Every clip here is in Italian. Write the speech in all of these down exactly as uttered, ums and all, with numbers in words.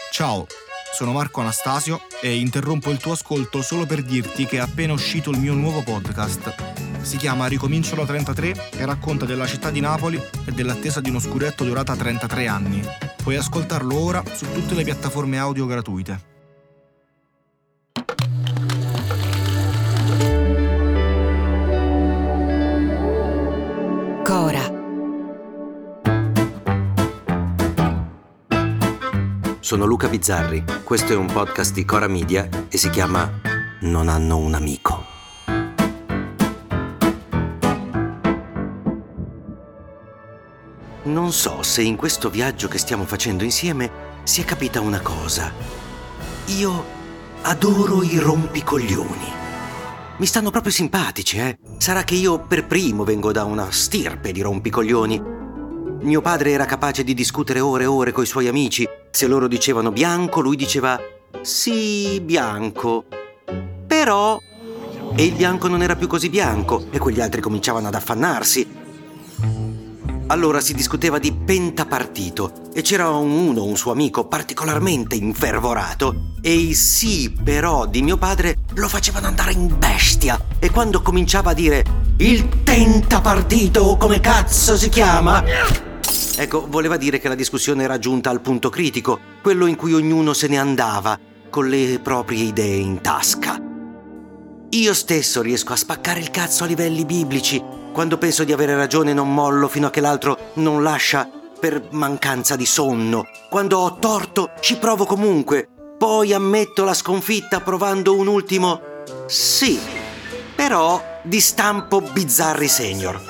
Ciao, sono Marco Anastasio e interrompo il tuo ascolto solo per dirti che è appena uscito il mio nuovo podcast. Si chiama Ricomincio da trentatré e racconta della città di Napoli e dell'attesa di uno scudetto durata trentatré anni. Puoi ascoltarlo ora su tutte le piattaforme audio gratuite. Cora. Sono Luca Bizzarri, questo è un podcast di Cora Media e si chiama Non hanno un amico. Non so se in questo viaggio che stiamo facendo insieme si è capita una cosa. Io adoro i rompicoglioni. Mi stanno proprio simpatici, eh? Sarà che io per primo vengo da una stirpe di rompicoglioni. Mio padre era capace di discutere ore e ore coi suoi amici. Se loro dicevano bianco, lui diceva sì, bianco. Però... E il bianco non era più così bianco e quegli altri cominciavano ad affannarsi. Allora si discuteva di pentapartito e c'era un uno, un suo amico particolarmente infervorato e i sì però di mio padre lo facevano andare in bestia e quando cominciava a dire il tentapartito, come cazzo si chiama? Ecco, voleva dire che la discussione era giunta al punto critico, quello in cui ognuno se ne andava con le proprie idee in tasca. Io stesso riesco a spaccare il cazzo a livelli biblici. Quando penso di avere ragione non mollo fino a che l'altro non lascia per mancanza di sonno. Quando ho torto ci provo comunque. Poi ammetto la sconfitta provando un ultimo sì, però di stampo Bizzarri senior.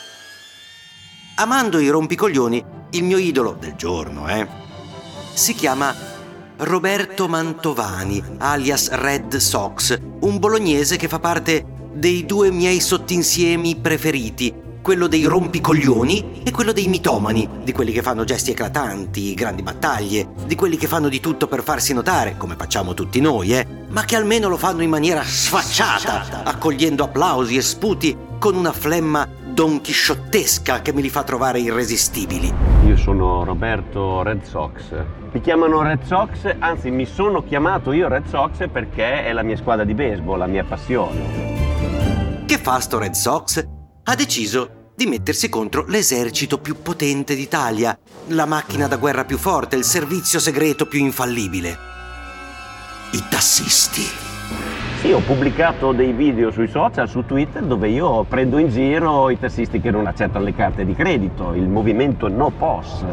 Amando i rompicoglioni, il mio idolo del giorno, eh, si chiama Roberto Mantovani, alias Red Sox, un bolognese che fa parte dei due miei sottinsiemi preferiti, quello dei rompicoglioni e quello dei mitomani, di quelli che fanno gesti eclatanti, grandi battaglie, di quelli che fanno di tutto per farsi notare, come facciamo tutti noi, eh, ma che almeno lo fanno in maniera sfacciata, accogliendo applausi e sputi con una flemma donchisciottesca che me li fa trovare irresistibili. Io sono Roberto Red Sox. Mi chiamano Red Sox, anzi mi sono chiamato io Red Sox perché è la mia squadra di baseball, la mia passione. Che fa sto Red Sox? Ha deciso di mettersi contro l'esercito più potente d'Italia, la macchina da guerra più forte, il servizio segreto più infallibile. I tassisti. Sì, ho pubblicato dei video sui social, su Twitter, dove io prendo in giro i tassisti che non accettano le carte di credito, il movimento No P O S.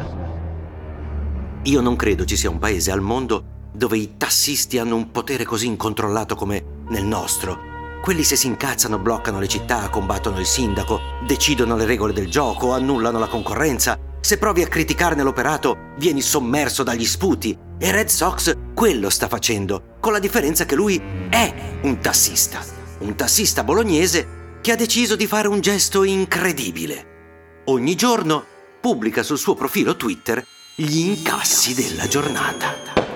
Io non credo ci sia un paese al mondo dove i tassisti hanno un potere così incontrollato come nel nostro. Quelli se si incazzano bloccano le città, combattono il sindaco, decidono le regole del gioco, annullano la concorrenza. Se provi a criticarne l'operato, vieni sommerso dagli sputi. E Red Sox quello sta facendo, con la differenza che lui è un tassista. Un tassista bolognese che ha deciso di fare un gesto incredibile. Ogni giorno pubblica sul suo profilo Twitter gli incassi della giornata.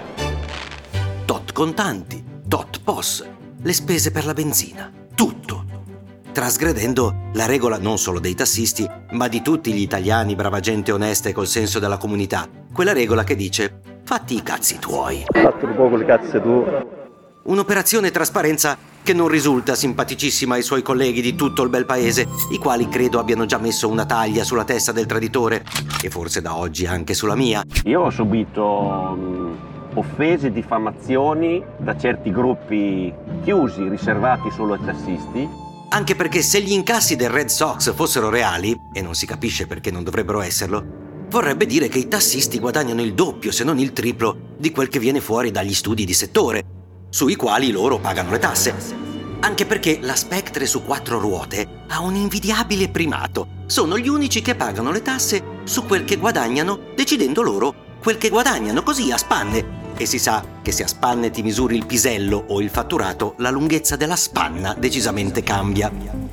Tot contanti, tot P O S, le spese per la benzina, tutto. Trasgredendo la regola non solo dei tassisti, ma di tutti gli italiani, brava gente onesta e col senso della comunità. Quella regola che dice, fatti i cazzi tuoi. Fatti un po' con le cazze tu. Un'operazione trasparenza che non risulta simpaticissima ai suoi colleghi di tutto il bel paese, i quali credo abbiano già messo una taglia sulla testa del traditore, e forse da oggi anche sulla mia. Io ho subito mh, offese e diffamazioni da certi gruppi chiusi, riservati solo ai tassisti. Anche perché se gli incassi del Red Sox fossero reali, e non si capisce perché non dovrebbero esserlo, vorrebbe dire che i tassisti guadagnano il doppio, se non il triplo, di quel che viene fuori dagli studi di settore, sui quali loro pagano le tasse. Anche perché la Spectre su quattro ruote ha un invidiabile primato. Sono gli unici che pagano le tasse su quel che guadagnano, decidendo loro quel che guadagnano, così a spanne. E si sa che se a spanne ti misuri il pisello o il fatturato, la lunghezza della spanna decisamente cambia.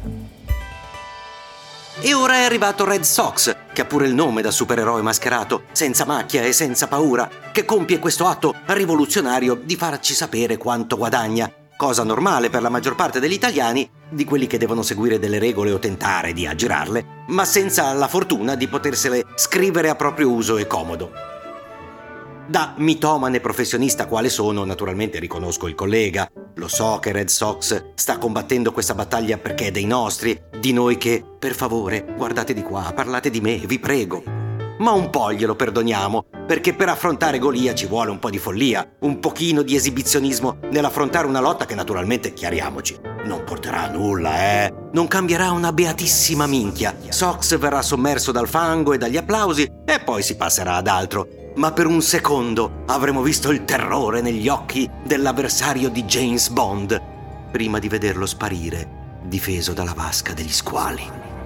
E ora è arrivato Red Sox, che ha pure il nome da supereroe mascherato, senza macchia e senza paura, che compie questo atto rivoluzionario di farci sapere quanto guadagna, cosa normale per la maggior parte degli italiani, di quelli che devono seguire delle regole o tentare di aggirarle, ma senza la fortuna di potersele scrivere a proprio uso e comodo. Da mitomane professionista quale sono, naturalmente riconosco il collega. Lo so che Red Sox sta combattendo questa battaglia perché è dei nostri, di noi che, per favore, guardate di qua, parlate di me, vi prego. Ma un po' glielo perdoniamo, perché per affrontare Golia ci vuole un po' di follia, un pochino di esibizionismo nell'affrontare una lotta che naturalmente, chiariamoci, non porterà a nulla, eh? Non cambierà una beatissima minchia. Sox verrà sommerso dal fango e dagli applausi e poi si passerà ad altro. Ma per un secondo avremo visto il terrore negli occhi dell'avversario di James Bond, prima di vederlo sparire, difeso dalla vasca degli squali.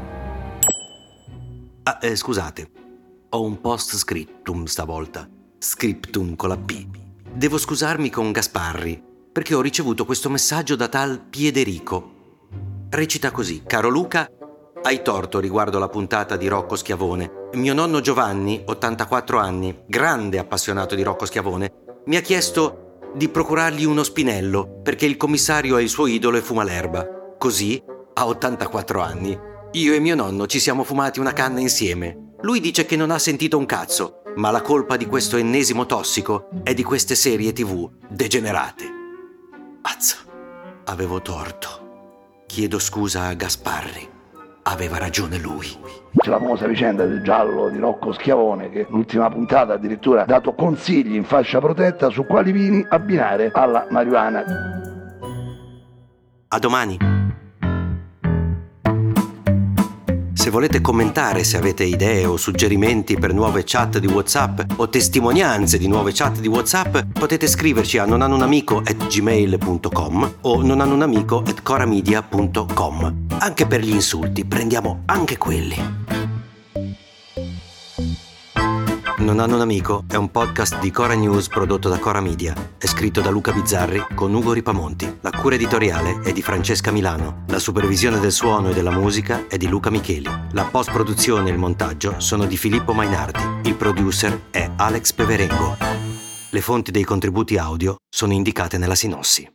Ah, eh, scusate, ho un post-scriptum stavolta. Scriptum con la P. Devo scusarmi con Gasparri, perché ho ricevuto questo messaggio da tal Piederico. Recita così: caro Luca, hai torto riguardo la puntata di Rocco Schiavone. Mio nonno Giovanni, ottantaquattro anni, grande appassionato di Rocco Schiavone, mi ha chiesto di procurargli uno spinello perché il commissario è il suo idolo e fuma l'erba. Così, a ottantaquattro anni, io e mio nonno ci siamo fumati una canna insieme. Lui dice che non ha sentito un cazzo, ma la colpa di questo ennesimo tossico è di queste serie tivù degenerate. Azza, avevo torto. Chiedo scusa a Gasparri. Aveva ragione lui. C'è la famosa vicenda del giallo di Rocco Schiavone, che l'ultima puntata addirittura ha dato consigli in fascia protetta su quali vini abbinare alla marijuana. A domani. Se volete commentare, se avete idee o suggerimenti per nuove chat di WhatsApp o testimonianze di nuove chat di WhatsApp, potete scriverci a nonhanunamico at gmail punto com o nonhanunamico at coramedia punto com. Anche per gli insulti, prendiamo anche quelli. Non hanno un amico è un podcast di Cora News prodotto da Cora Media. È scritto da Luca Bizzarri con Ugo Ripamonti. La cura editoriale è di Francesca Milano. La supervisione del suono e della musica è di Luca Micheli. La post-produzione e il montaggio sono di Filippo Mainardi. Il producer è Alex Peverengo. Le fonti dei contributi audio sono indicate nella sinossi.